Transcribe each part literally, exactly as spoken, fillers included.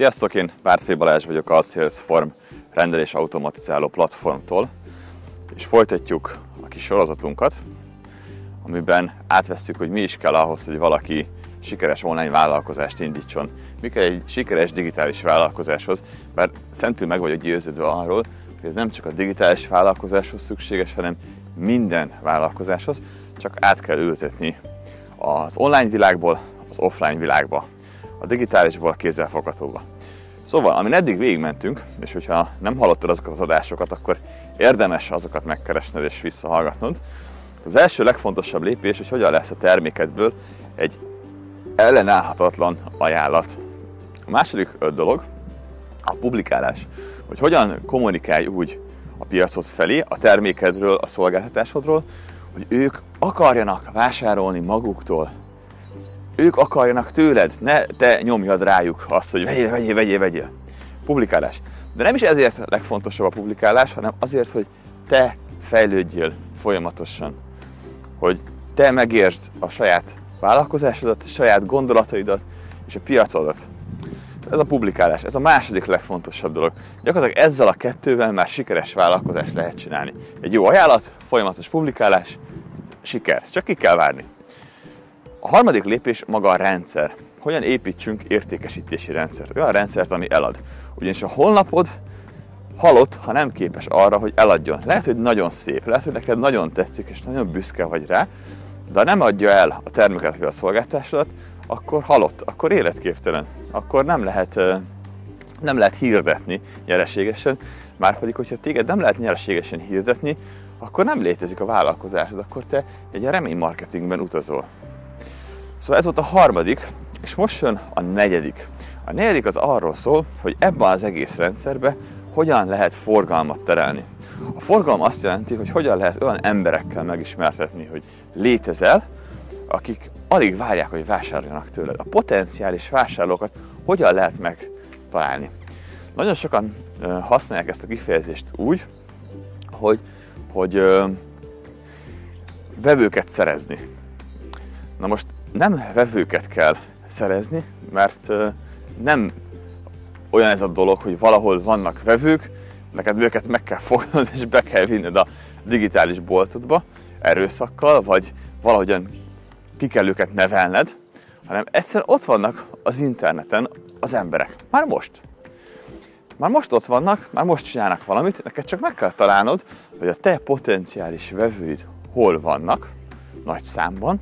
Sziasztok, én Bártfai Balázs vagyok a Salesforce rendelés automatizáló platformtól, és folytatjuk a kis sorozatunkat, amiben átvesszük, hogy mi is kell ahhoz, hogy valaki sikeres online vállalkozást indítson. Mi kell egy sikeres digitális vállalkozáshoz, bár szentül meg vagyok győződve arról, hogy ez nem csak a digitális vállalkozáshoz szükséges, hanem minden vállalkozáshoz, csak át kell ültetni az online világból az offline világba, a digitálisból a kézzelfoghatóba. Szóval, amin eddig végigmentünk, és hogyha nem hallottad azokat az adásokat, akkor érdemes azokat megkeresned és visszahallgatnod. Az első legfontosabb lépés, hogy hogyan lesz a termékedből egy ellenállhatatlan ajánlat. A második dolog a publikálás, hogy hogyan kommunikálj úgy a piacot felé, a termékedről, a szolgáltatásodról, hogy ők akarjanak vásárolni maguktól. Ők akarjanak tőled, ne te nyomjad rájuk azt, hogy vegyél, vegyél, vegyél, vegyél. Publikálás. De nem is ezért a legfontosabb a publikálás, hanem azért, hogy te fejlődjél folyamatosan. Hogy te megértsd a saját vállalkozásodat, a saját gondolataidat és a piacodat. Ez a publikálás, ez a második legfontosabb dolog. Gyakorlatilag ezzel a kettővel már sikeres vállalkozást lehet csinálni. Egy jó ajánlat, folyamatos publikálás, siker. Csak ki kell várni. A harmadik lépés maga a rendszer. Hogyan építsünk értékesítési rendszert? Olyan rendszert, ami elad. Ugyanis a honlapod halott, ha nem képes arra, hogy eladjon. Lehet, hogy nagyon szép, lehet, hogy neked nagyon tetszik, és nagyon büszke vagy rá, de ha nem adja el a terméket vagy a szolgáltásodat, akkor halott, akkor életképtelen. Akkor nem lehet, nem lehet hirdetni nyereségesen, márpedig, hogyha téged nem lehet nyereségesen hirdetni, akkor nem létezik a vállalkozásod, akkor te egy reménymarketingben utazol. Szóval ez volt a harmadik, és most jön a negyedik. A negyedik az arról szól, hogy ebben az egész rendszerben hogyan lehet forgalmat terelni. A forgalom azt jelenti, hogy hogyan lehet olyan emberekkel megismertetni, hogy létezel, akik alig várják, hogy vásároljanak tőled. A potenciális vásárlókat hogyan lehet megtalálni. Nagyon sokan használják ezt a kifejezést úgy, hogy, hogy vevőket szerezni. Na most nem vevőket kell szerezni, mert nem olyan ez a dolog, hogy valahol vannak vevők, neked őket meg kell fognod és be kell vinned a digitális boltodba erőszakkal, vagy valahogyan ki kell őket nevelned, hanem egyszerűen ott vannak az interneten az emberek. Már most. Már most ott vannak, már most csinálnak valamit, neked csak meg kell találnod, hogy a te potenciális vevőid hol vannak, nagy számban,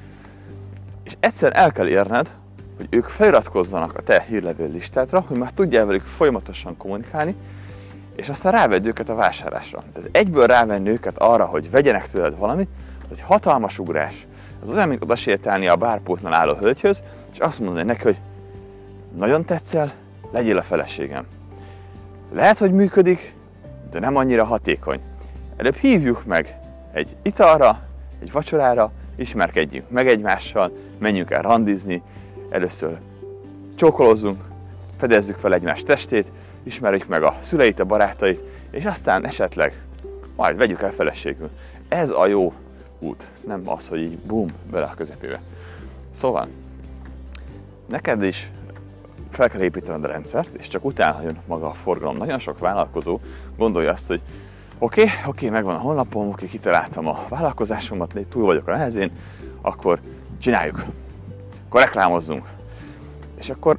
és egyszer el kell érned, hogy ők feliratkozzanak a te hírlevél listádra, hogy már tudjál velük folyamatosan kommunikálni, és aztán rávedd őket a vásárlásra. Tehát egyből rávenni őket arra, hogy vegyenek tőled valamit, az egy hatalmas ugrás. Ez olyan, mint oda sétálni a bárpultnál álló hölgyhöz, és azt mondani neki, hogy nagyon tetszel, legyél a feleségem. Lehet, hogy működik, de nem annyira hatékony. Előbb hívjuk meg egy italra, egy vacsorára, ismerkedjünk meg egymással, menjünk el randizni, először csókolózzunk, fedezzük fel egymás testét, ismerjük meg a szüleit, a barátait, és aztán esetleg majd vegyük el feleségül. Ez a jó út, nem az, hogy így bum, bele a közepébe. Szóval, neked is fel kell építened a rendszert, és csak utána jön maga a forgalom. Nagyon sok vállalkozó gondolja azt, hogy oké, okay, oké, okay, megvan a honlapom, oké, okay, kitaláltam a vállalkozásomat, túl vagyok a nehezén, akkor csináljuk, akkor reklámozzunk. És akkor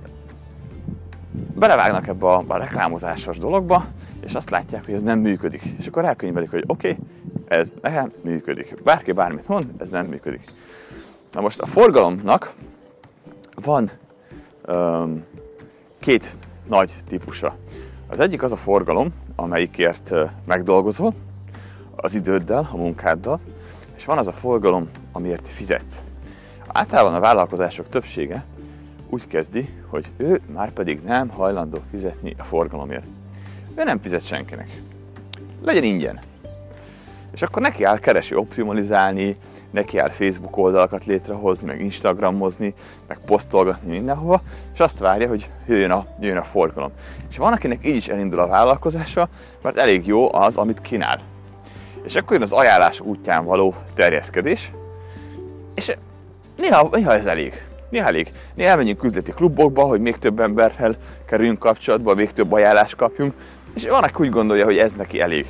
belevágnak ebbe a, a reklámozásos dologba, és azt látják, hogy ez nem működik. És akkor elkönyvelik, hogy oké, okay, ez nekem működik. Bárki bármit mond, ez nem működik. Na most a forgalomnak van um, két nagy típusa. Az egyik az a forgalom, amelyikért megdolgozol az időddel, a munkáddal, és van az a forgalom, amiért fizetsz. Általában a vállalkozások többsége úgy kezdi, hogy ő már pedig nem hajlandó fizetni a forgalomért. Ő nem fizet senkinek. Legyen ingyen. És akkor neki áll keresi optimalizálni, neki áll Facebook oldalakat létrehozni, meg Instagramozni, meg posztolgatni mindenhova, és azt várja, hogy jöjjön a, jöjjön a forgalom. És van, akinek így is elindul a vállalkozása, mert elég jó az, amit kínál. És akkor jön az ajánlás útján való terjeszkedés, és néha, néha ez elég. Néha elég. Néha elmenjünk üzleti klubokba, hogy még több emberrel kerüljünk kapcsolatba, még több ajánlást kapjunk, és van, aki úgy gondolja, hogy ez neki elég.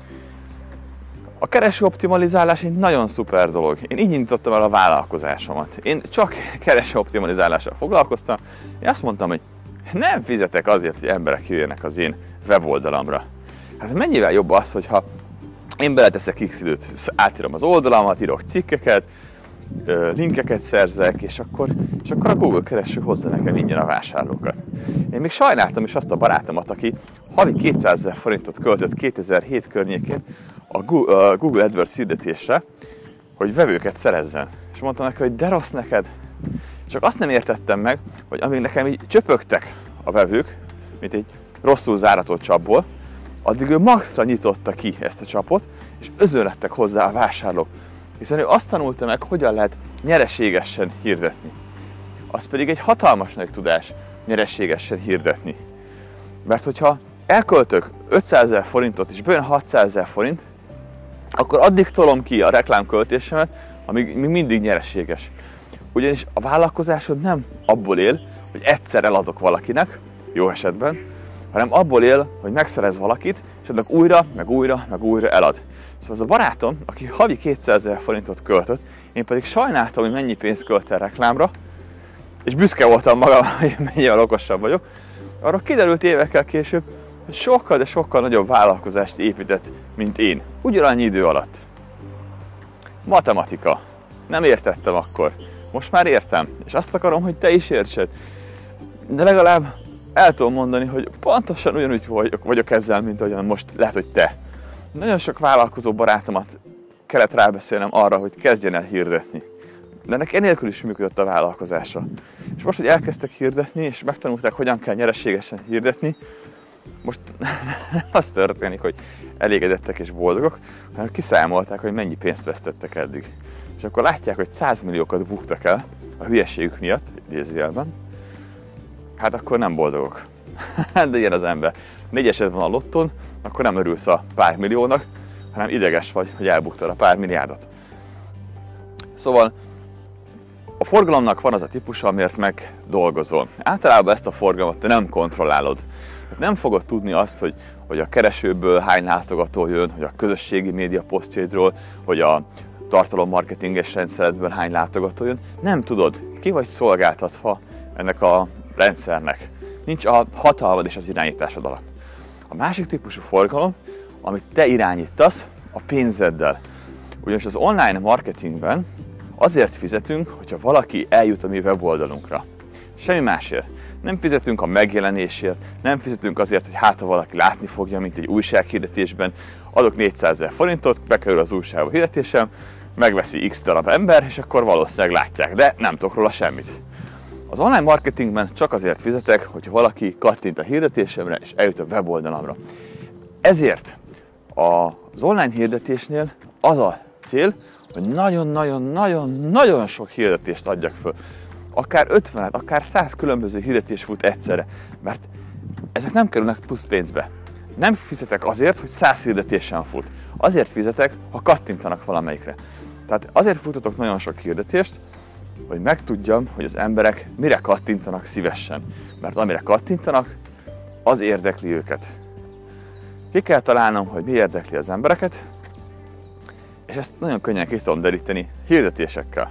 A kereső optimalizálás egy nagyon szuper dolog. Én így nyitottam el a vállalkozásomat. Én csak kereső optimalizálással foglalkoztam. Én azt mondtam, hogy nem fizetek azért, hogy emberek jöjjenek az én weboldalamra. Hát mennyivel jobb az, hogyha én beleteszek x időt, átírom az oldalamat, írok cikkeket, linkeket szerzek, és akkor, és akkor a Google kereső hozza nekem ingyen a vásárlókat. Én még sajnáltam is azt a barátomat, aki havi kétszázezer forintot költött kétezer-hét környékén a Google AdWords hirdetésre, hogy vevőket szerezzen. És mondtam neki, hogy de rossz neked. Csak azt nem értettem meg, hogy amíg nekem így csöpögtek a vevők, mint egy rosszul záratott csapból, addig ő maxra nyitotta ki ezt a csapot, és özönlettek hozzá a vásárlók. Hiszen ő azt tanulta meg, hogyan lehet nyereségesen hirdetni. Az pedig egy hatalmas nagy tudás nyereségesen hirdetni. Mert hogyha elköltök ötszázezer forintot és bejön hatszázezer forint, akkor addig tolom ki a reklámköltésemet, amíg még mindig nyereséges. Ugyanis a vállalkozásod nem abból él, hogy egyszer eladok valakinek, jó esetben, hanem abból él, hogy megszerez valakit, és annak újra, meg újra, meg újra elad. Szóval az a barátom, aki havi kétszázezer forintot költött, én pedig sajnáltam, hogy mennyi pénzt költ el reklámra, és büszke voltam magam, hogy mennyivel okosabb vagyok, arra kiderült évekkel később, hogy sokkal, de sokkal nagyobb vállalkozást épített, mint én. Ugyanannyi idő alatt. Matematika. Nem értettem akkor. Most már értem, és azt akarom, hogy te is értsed. De legalább el tudom mondani, hogy pontosan ugyanúgy vagyok, vagyok ezzel, mint ahogyan most lehet, hogy te. Nagyon sok vállalkozó barátomat kellett rábeszélnem arra, hogy kezdjen el hirdetni. De ennek enélkül is működött a vállalkozása. És most, hogy elkezdtek hirdetni, és megtanulták, hogyan kell nyereségesen hirdetni, most nem az történik, hogy elégedettek és boldogok, hanem kiszámolták, hogy mennyi pénzt vesztettek eddig. És akkor látják, hogy százmilliókat buktak el a hülyeségük miatt, idézőjelben, hát akkor nem boldogok. De ilyen az ember. Négy eset van a lottón, akkor nem örülsz a pár milliónak, hanem ideges vagy, hogy elbuktad a pár milliárdot. Szóval a forgalomnak van az a típusa, amiért megdolgozol. Általában ezt a forgalmat te nem kontrollálod. Tehát nem fogod tudni azt, hogy, hogy a keresőből hány látogató jön, hogy a közösségi média posztjaidról, hogy a tartalommarketinges rendszeredből hány látogató jön. Nem tudod, ki vagy szolgáltatva ennek a rendszernek. Nincs a hatalmad és az irányításod alatt. A másik típusú forgalom, amit te irányítasz, a pénzeddel. Ugyanis az online marketingben azért fizetünk, hogyha valaki eljut a mi weboldalunkra. Semmi másért. Nem fizetünk a megjelenésért, nem fizetünk azért, hogy hát ha valaki látni fogja, mint egy újsághirdetésben, adok négyszázezer forintot, bekerül az újságba hirdetésem, megveszi x darab ember, és akkor valószínűleg látják, de nem tudok róla semmit. Az online marketingben csak azért fizetek, hogy valaki kattint a hirdetésemre, és eljut a weboldalamra. Ezért az online hirdetésnél az a cél, hogy nagyon-nagyon-nagyon-nagyon sok hirdetést adjak föl. Akár ötvenet, akár száz különböző hirdetés fut egyszerre, mert ezek nem kerülnek plusz pénzbe. Nem fizetek azért, hogy száz hirdetésen fut. Azért fizetek, ha kattintanak valamelyikre. Tehát azért futatok nagyon sok hirdetést, hogy megtudjam, hogy az emberek mire kattintanak szívesen. Mert amire kattintanak, az érdekli őket. Ki kell találnom, hogy mi érdekli az embereket, és ezt nagyon könnyen ki tudom deríteni hirdetésekkel.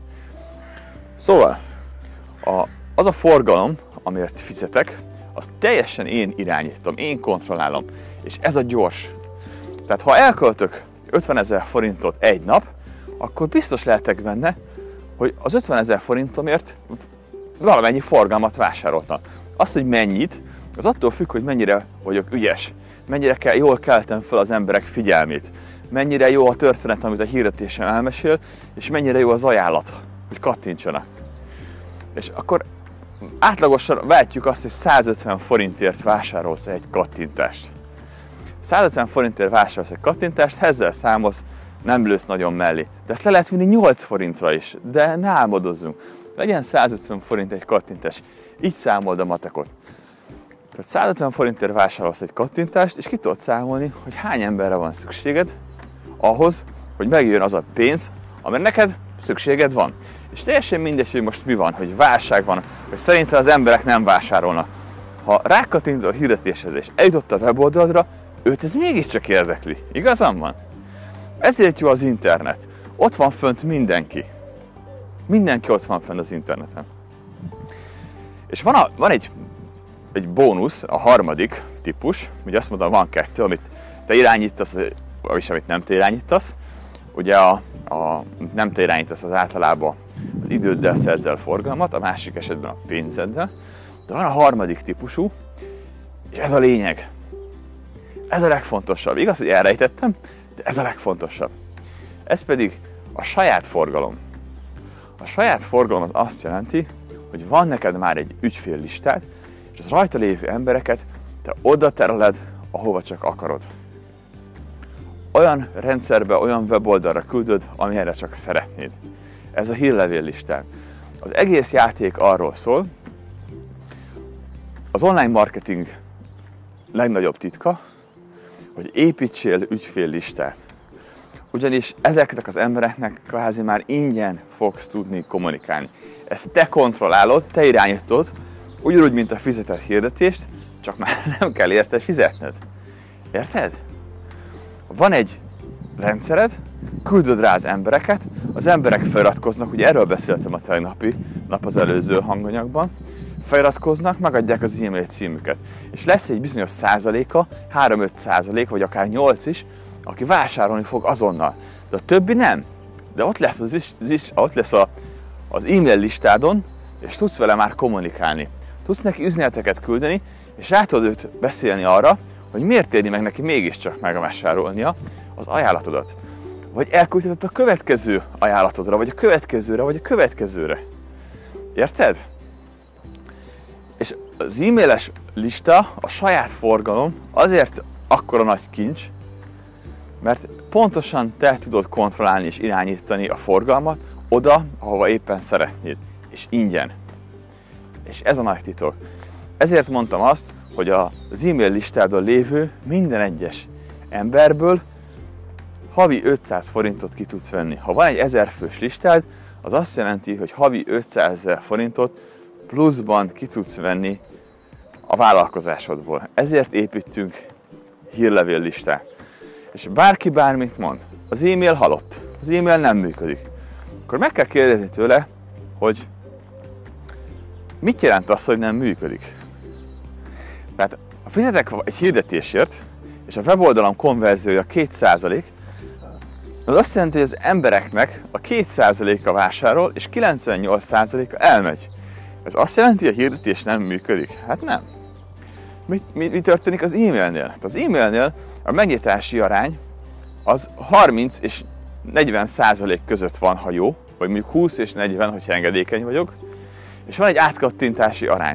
Szóval, a, az a forgalom, amiért fizetek, azt teljesen én irányítom, én kontrollálom. És ez a gyors. Tehát ha elköltök ötvenezer forintot egy nap, akkor biztos lehetek benne, hogy az ötvenezer forintomért valamennyi forgalmat vásároltam. Az, hogy mennyit, az attól függ, hogy mennyire vagyok ügyes, mennyire kell, jól keltem fel az emberek figyelmét, mennyire jó a történet, amit a hirdetésem elmesél, és mennyire jó az ajánlat, hogy kattintsanak. És akkor átlagosan vetjük azt, hogy százötven forintért vásárolsz egy kattintást. százötven forintért vásárolsz egy kattintást, ezzel számolsz, nem lősz nagyon mellé. De ezt le lehet vinni nyolc forintra is, de ne álmodozzunk. Legyen százötven forint egy kattintás. Így számold a matekot. Tehát százötven forintért vásárolsz egy kattintást, és ki tudod számolni, hogy hány emberre van szükséged ahhoz, hogy megjön az a pénz, amire neked szükséged van. És teljesen mindegy, hogy most mi van, hogy válság van, hogy szerintem az emberek nem vásárolnak. Ha rákattint a hirdetésedre és eljutott a weboldalra, őt ez mégiscsak érdekli. Igazam van? Ezért jó az internet. Ott van fönt mindenki. Mindenki ott van fönt az interneten. És van, a, van egy, egy bónusz, a harmadik típus, ugye azt mondom, van kettő, amit te irányítasz, és amit nem te irányítasz. Ugye a, a nem te irányítasz az általában az időddel szerzel forgalmat, a másik esetben a pénzeddel. De van a harmadik típusú, és ez a lényeg. Ez a legfontosabb. Igaz, hogy elrejtettem, de ez a legfontosabb. Ez pedig a saját forgalom. A saját forgalom az azt jelenti, hogy van neked már egy ügyféllistád, és az rajta lévő embereket te oda tereled, ahova csak akarod. Olyan rendszerbe, olyan weboldalra küldöd, amire csak szeretnéd. Ez a hírlevéllistán. Az egész játék arról szól, az online marketing legnagyobb titka, hogy építsél ügyféllistát. Ugyanis ezeknek az embereknek kvázi már ingyen fogsz tudni kommunikálni. Ezt te kontrollálod, te irányítod, ugyanúgy, mint a fizetett hirdetést, csak már nem kell érte fizetned. Érted? Van egy rendszered, küldöd rá az embereket, az emberek feliratkoznak, ugye erről beszéltem a tegnapi nap az előző hanganyagban, feliratkoznak, megadják az e-mail címüket. És lesz egy bizonyos százaléka, három-öt százalék, vagy akár nyolc is, aki vásárolni fog azonnal. De a többi nem. De ott lesz az, is, az, is, ott lesz a, az e-mail listádon, és tudsz vele már kommunikálni. Tudsz neki üzeneteket küldeni, és rá tudod őt beszélni arra, hogy miért érni meg neki mégiscsak megvásárolnia az ajánlatodat. Vagy elküldheted a következő ajánlatodra, vagy a következőre, vagy a következőre. Érted? És az e-mailes lista, a saját forgalom azért akkora nagy kincs, mert pontosan te tudod kontrollálni és irányítani a forgalmat oda, ahova éppen szeretnéd. És ingyen. És ez a nagy titok. Ezért mondtam azt, hogy az e-mail listádon lévő minden egyes emberből havi ötszáz forintot ki tudsz venni. Ha van egy ezer fős listád, az azt jelenti, hogy havi ötszázezer forintot pluszban ki tudsz venni a vállalkozásodból. Ezért építünk hírlevél listát. És bárki bármit mond, az e-mail halott, az e-mail nem működik, akkor meg kell kérdezni tőle, hogy mit jelent az, hogy nem működik. Tehát ha fizetek egy hirdetésért, és a weboldalam konverziója két százalék, az azt jelenti, hogy az embereknek a két százaléka vásárol, és kilencvennyolc százaléka elmegy. Ez azt jelenti, hogy a hirdetés nem működik? Hát nem. Mi, mi, mi történik az e-mailnél? Hát az e-mailnél a megnyitási arány az harminc és negyven százalék között van, ha jó, vagy mondjuk húsz és negyven, hogyha engedékeny vagyok, és van egy átkattintási arány.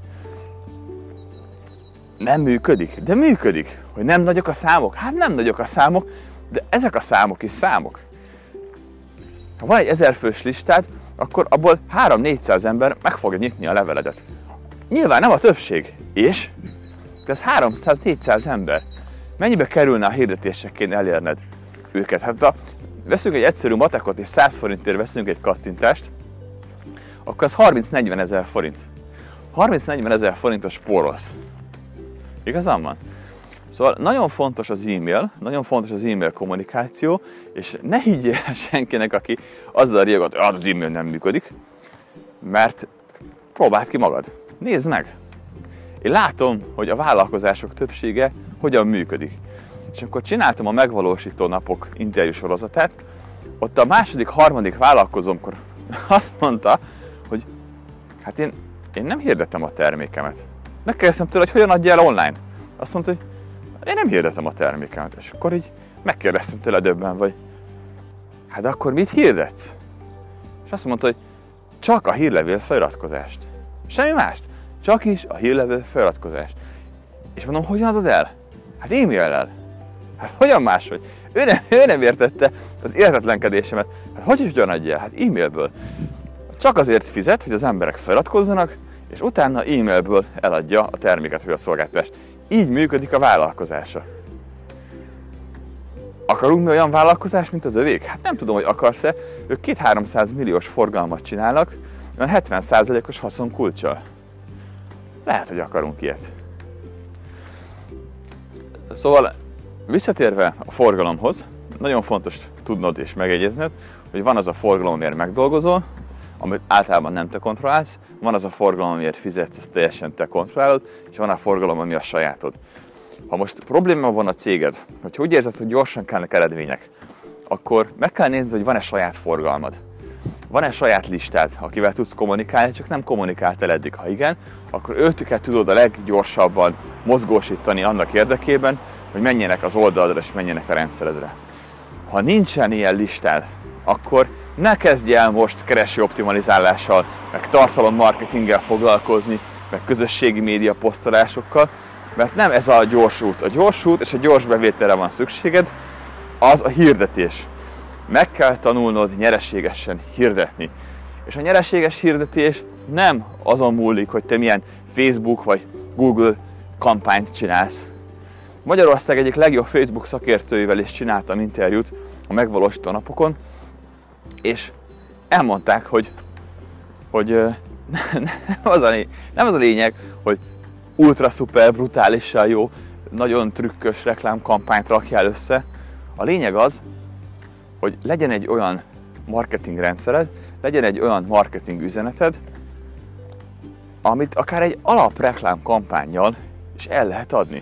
Nem működik? De működik. Hogy nem nagyok a számok? Hát nem nagyok a számok, de ezek a számok is számok. Ha van egy ezer fős listád, akkor abból három-négyszáz ember meg fogja nyitni a leveledet. Nyilván nem a többség, és ez háromszáz-négyszáz ember. Mennyibe kerülne a hirdetésekként elérned őket? Hát ha veszünk egy egyszerű matekot és száz forintért veszünk egy kattintást, akkor az harminc-negyven ezer forint. harminc-negyven ezer forintos spórolsz. Igazán van? Szóval nagyon fontos az e-mail, nagyon fontos az e-mail kommunikáció, és ne higgyél senkinek, aki azzal riegat, hogy az e-mail nem működik, mert próbáld ki magad. Nézd meg! Én látom, hogy a vállalkozások többsége hogyan működik. És akkor csináltam a megvalósító napok interjú sorozatát, ott a második, harmadik vállalkozómkor azt mondta, hogy hát én, én nem hirdetem a termékemet. Megkérdeztem tőle, hogy hogyan adja el online. Azt mondta, hogy én nem hirdetem a termékemet. És akkor így megkérdeztem tőle döbben, vagy hát de akkor mit hirdetsz? És azt mondta, hogy csak a hírlevél feliratkozást. Semmi mást. Csak is a hírlevél feliratkozást. És mondom, hogyan adod el? Hát e-maillel. Hát hogyan máshogy? Ő nem, ő nem értette az értetlenkedésemet. Hát hogy hogyan adja el? Hát e-mailből. Csak azért fizet, hogy az emberek feliratkozzanak, és utána e-mailből eladja a terméket vagy a szolgáltatást. Így működik a vállalkozása. Akarunk mi olyan vállalkozást, mint az övék? Hát nem tudom, hogy akarsz-e. Ők két-háromszáz milliós forgalmat csinálnak, olyan hetven százalékos haszonkulccsal. Lehet, hogy akarunk ilyet. Szóval visszatérve a forgalomhoz, nagyon fontos tudnod és megjegyezned, hogy van az a forgalom, amiért megdolgozol, amit általában nem te kontrollálsz, van az a forgalom, amiért fizetsz, ezt teljesen te kontrollálod, és van a forgalom, ami a sajátod. Ha most probléma van a céged, hogy úgy érzed, hogy gyorsan kellnek eredmények, akkor meg kell nézned, hogy van-e saját forgalmad. Van-e saját listád, akivel tudsz kommunikálni, csak nem kommunikáltál eddig. Ha igen, akkor őtüket tudod a leggyorsabban mozgósítani annak érdekében, hogy menjenek az oldaladra és menjenek a rendszeredre. Ha nincsen ilyen listád, akkor ne kezdj el most keresi optimalizálással, meg tartalommarketinggel foglalkozni, meg közösségi média posztolásokkal, mert nem ez a gyors út. A gyors út és a gyors bevételre van szükséged, az a hirdetés. Meg kell tanulnod nyereségesen hirdetni. És a nyereséges hirdetés nem azon múlik, hogy te milyen Facebook vagy Google kampányt csinálsz. Magyarország egyik legjobb Facebook szakértőivel is csináltam interjút a megvalósító napokon, és elmondták, hogy, hogy nem, az a lényeg, nem az a lényeg, hogy ultra szuper, brutálisan jó, nagyon trükkös reklámkampányt rakjál össze. A lényeg az, hogy legyen egy olyan marketing rendszered, legyen egy olyan marketing üzeneted, amit akár egy alap reklámkampánnyal is el lehet adni.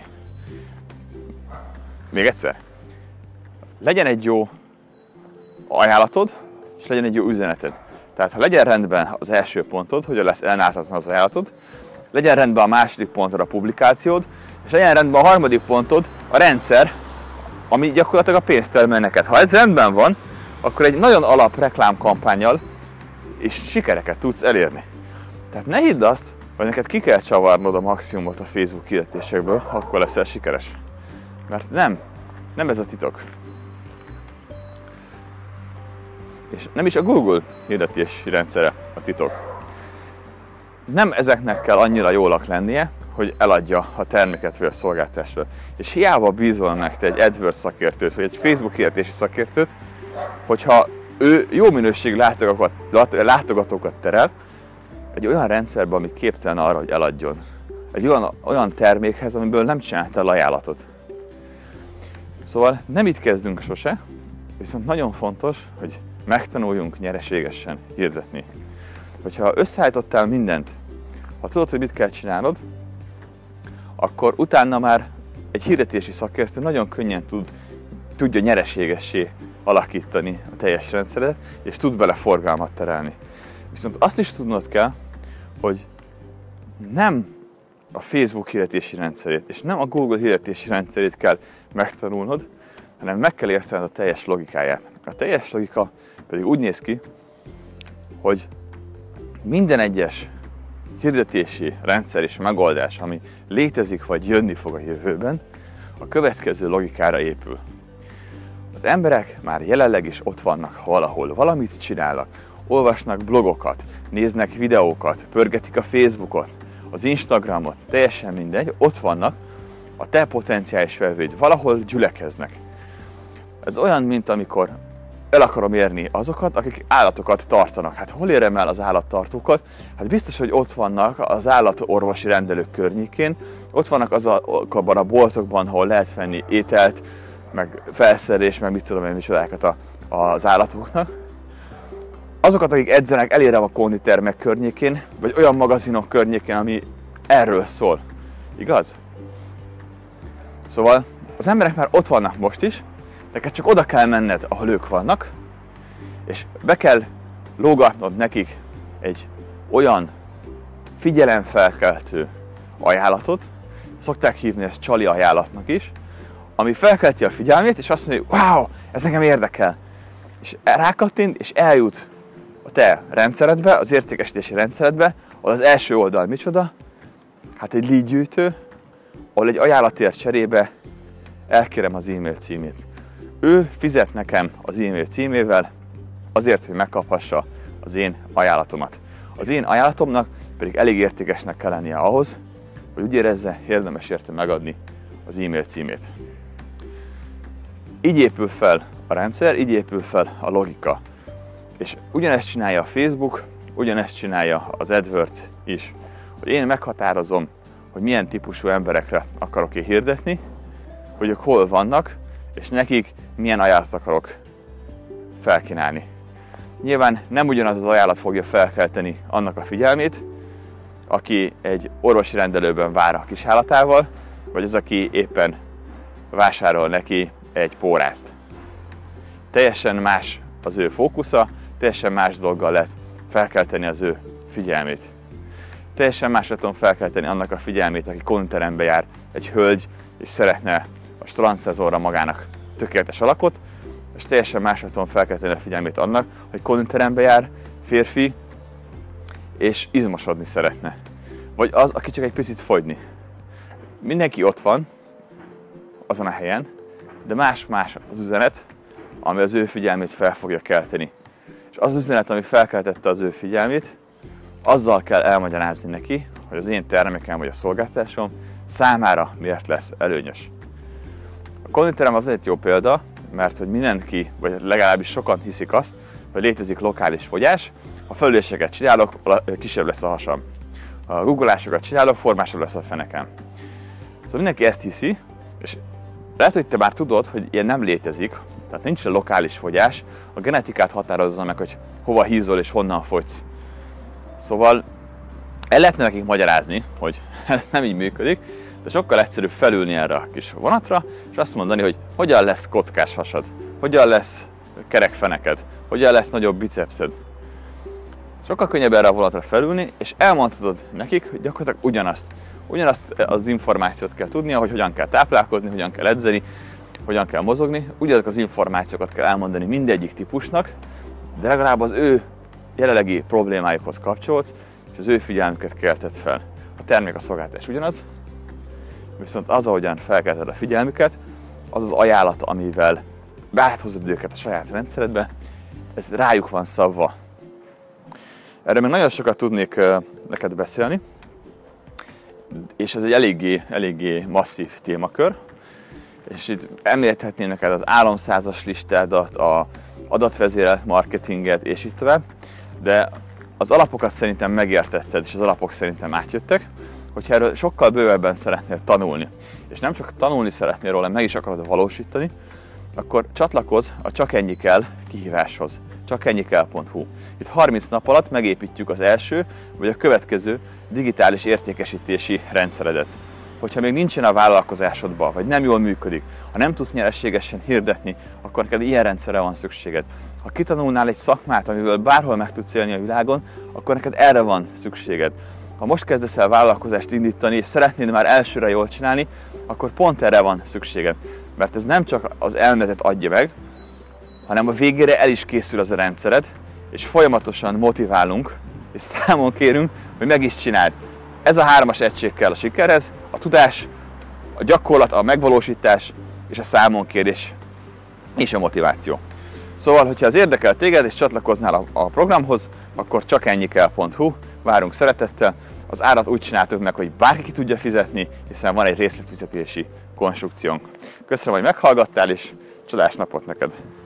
Még egyszer. Legyen egy jó ajánlatod, és legyen egy jó üzeneted. Tehát ha legyen rendben az első pontod, hogy lesz ellenáltatlan az ajánlatod, legyen rendben a második pontod a publikációd, és legyen rendben a harmadik pontod a rendszer, ami gyakorlatilag a pénzt termel neked. Ha ez rendben van, akkor egy nagyon alap reklámkampánnyal és sikereket tudsz elérni. Tehát ne hidd azt, hogy neked ki kell csavarnod a maximumot a Facebook hirdetésekből, akkor leszel sikeres. Mert nem, nem ez a titok. És nem is a Google hirdetési rendszere a titok. Nem ezeknek kell annyira jólak lennie, hogy eladja a terméket vagy a szolgáltatásra. És hiába bízol meg te egy AdWords szakértőt, vagy egy Facebook hirdetési szakértőt, hogyha ő jó minőségű látogatókat, látogatókat terel, egy olyan rendszerben, ami képtelen arra, hogy eladjon. Egy olyan, olyan termékhez, amiből nem csináltál ajánlatot. Szóval nem itt kezdünk sose, viszont nagyon fontos, hogy megtanuljunk nyereségesen hirdetni. Hogyha összeállítottál mindent, ha tudod, hogy mit kell csinálnod, akkor utána már egy hirdetési szakértő nagyon könnyen tud, tudja nyereségessé alakítani a teljes rendszeret, és tud bele forgalmat terelni. Viszont azt is tudnod kell, hogy nem a Facebook hirdetési rendszerét, és nem a Google hirdetési rendszerét kell megtanulnod, hanem meg kell értened a teljes logikáját. A teljes logika pedig úgy néz ki, hogy minden egyes hirdetési rendszer és megoldás, ami létezik vagy jönni fog a jövőben, a következő logikára épül. Az emberek már jelenleg is ott vannak valahol, valamit csinálnak, olvasnak blogokat, néznek videókat, pörgetik a Facebookot, az Instagramot, teljesen mindegy, ott vannak, a te potenciális vevőid valahol gyülekeznek. Ez olyan, mint amikor el akarom érni azokat, akik állatokat tartanak. Hát hol érem el az állattartókat? Hát biztos, hogy ott vannak az állatorvosi rendelők környékén, ott vannak azokban a boltokban, ahol lehet venni ételt, meg felszerelés, meg mit tudom én, micsodákat a, az állatoknak. Azokat, akik edzenek, elérem a konditermek környékén, vagy olyan magazinok környékén, ami erről szól. Igaz? Szóval az emberek már ott vannak most is, neked csak oda kell menned, ahol ők vannak, és be kell lógatnod nekik egy olyan figyelemfelkeltő ajánlatot, szokták hívni ezt csali ajánlatnak is, ami felkelti a figyelmét, és azt mondja, hogy wow, ez engem érdekel. És rákattint, és eljut a te rendszeredbe, az értékesítési rendszeredbe, ahol az első oldal micsoda? Hát egy lead gyűjtő, ahol egy ajánlatért cserébe elkérem az e-mail címét. Ő fizet nekem az e-mail címével azért, hogy megkaphassa az én ajánlatomat. Az én ajánlatomnak pedig elég értékesnek kell lennie ahhoz, hogy úgy érezze, érdemes érte megadni az e-mail címét. Így épül fel a rendszer, így épül fel a logika. És ugyanezt csinálja a Facebook, ugyanezt csinálja az AdWords is. Hogy én meghatározom, hogy milyen típusú emberekre akarok én hirdetni, hogy ők hol vannak, és nekik milyen ajánlatot akarok felkínálni. Nyilván nem ugyanaz az ajánlat fogja felkelteni annak a figyelmét, aki egy orvosi rendelőben vár a kisállatával, vagy az, aki éppen vásárol neki egy pórázt. Teljesen más az ő fókusza, teljesen más dologgal lehet felkelteni az ő figyelmét. Teljesen másra tudom felkelteni annak a figyelmét, aki konterembe jár, egy hölgy, és szeretne a strandszezonra magának tökéletes alakot, és teljesen másra tudom felkelteni a figyelmét annak, hogy konterembe jár, férfi, és izmosodni szeretne. Vagy az, aki csak egy picit fogyni. Mindenki ott van, azon a helyen, de más-más az üzenet, ami az ő figyelmét fel fogja kelteni. És az üzenet, ami felkeltette az ő figyelmét, azzal kell elmagyarázni neki, hogy az én termékem vagy a szolgáltatásom számára miért lesz előnyös. A konditerem az egy jó példa, mert hogy mindenki, vagy legalábbis sokan hiszik azt, hogy létezik lokális fogyás, ha felüléseket csinálok, kisebb lesz a hasam. Ha guggolásokat csinálok, formásabb lesz a fenekem. Szóval mindenki ezt hiszi, és lehet, hogy te már tudod, hogy ilyen nem létezik, tehát nincs lokális fogyás, a genetikát határozza meg, hogy hova hízol és honnan fogysz. Szóval el lehetne nekik magyarázni, hogy ez nem így működik, de sokkal egyszerűbb felülni erre a kis vonatra, és azt mondani, hogy hogyan lesz kockás hasad, hogyan lesz kerek feneked, hogyan lesz nagyobb bicepszed. Sokkal könnyebb erre a vonatra felülni, és elmondhatod nekik, hogy gyakorlatilag ugyanazt. Ugyanazt az információt kell tudnia, hogy hogyan kell táplálkozni, hogyan kell edzeni, hogyan kell mozogni. Ugyanazok az információkat kell elmondani mindegyik típusnak, de legalább az ő jelenlegi problémájukhoz kapcsolódsz, és az ő figyelmüket kelted fel. A termék, a szolgáltatás ugyanaz, viszont az, ahogyan felkelted a figyelmüket, az az ajánlat, amivel áthozod őket a saját rendszeredbe, ez rájuk van szabva. Erről még nagyon sokat tudnék neked beszélni, és ez egy eléggé, eléggé masszív témakör, és itt említhetném neked az álomszázas listádat, az adatvezérelt marketinget, és így tovább, de az alapokat szerintem megértetted, és az alapok szerintem átjöttek, hogyha erről sokkal bővebben szeretnél tanulni, és nem csak tanulni szeretnél róla, meg is akarod valósítani, akkor csatlakozz a Csak ennyi kell kihíváshoz. csak ennyi kell pont hu. Itt harminc nap alatt megépítjük az első, vagy a következő digitális értékesítési rendszeredet. Hogyha még nincsen a vállalkozásodban, vagy nem jól működik, ha nem tudsz nyereségesen hirdetni, akkor neked ilyen rendszerre van szükséged. Ha kitanulnál egy szakmát, amiből bárhol meg tudsz élni a világon, akkor neked erre van szükséged. Ha most kezdesz el vállalkozást indítani, és szeretnéd már elsőre jól csinálni, akkor pont erre van szükséged. Mert ez nem csak az elméletet adja meg, hanem a végére el is készül az a rendszered, és folyamatosan motiválunk, és számon kérünk, hogy meg is csináld. Ez a hármas egység kell a sikerhez, a tudás, a gyakorlat, a megvalósítás és a számonkérés és a motiváció. Szóval, hogyha az érdekel téged és csatlakoznál a programhoz, akkor csak ennyi kell pont hu, várunk szeretettel. Az árat úgy csináltuk meg, hogy bárki ki tudja fizetni, hiszen van egy részletfizetési konstrukciónk. Köszönöm, hogy meghallgattál, és csodás napot neked!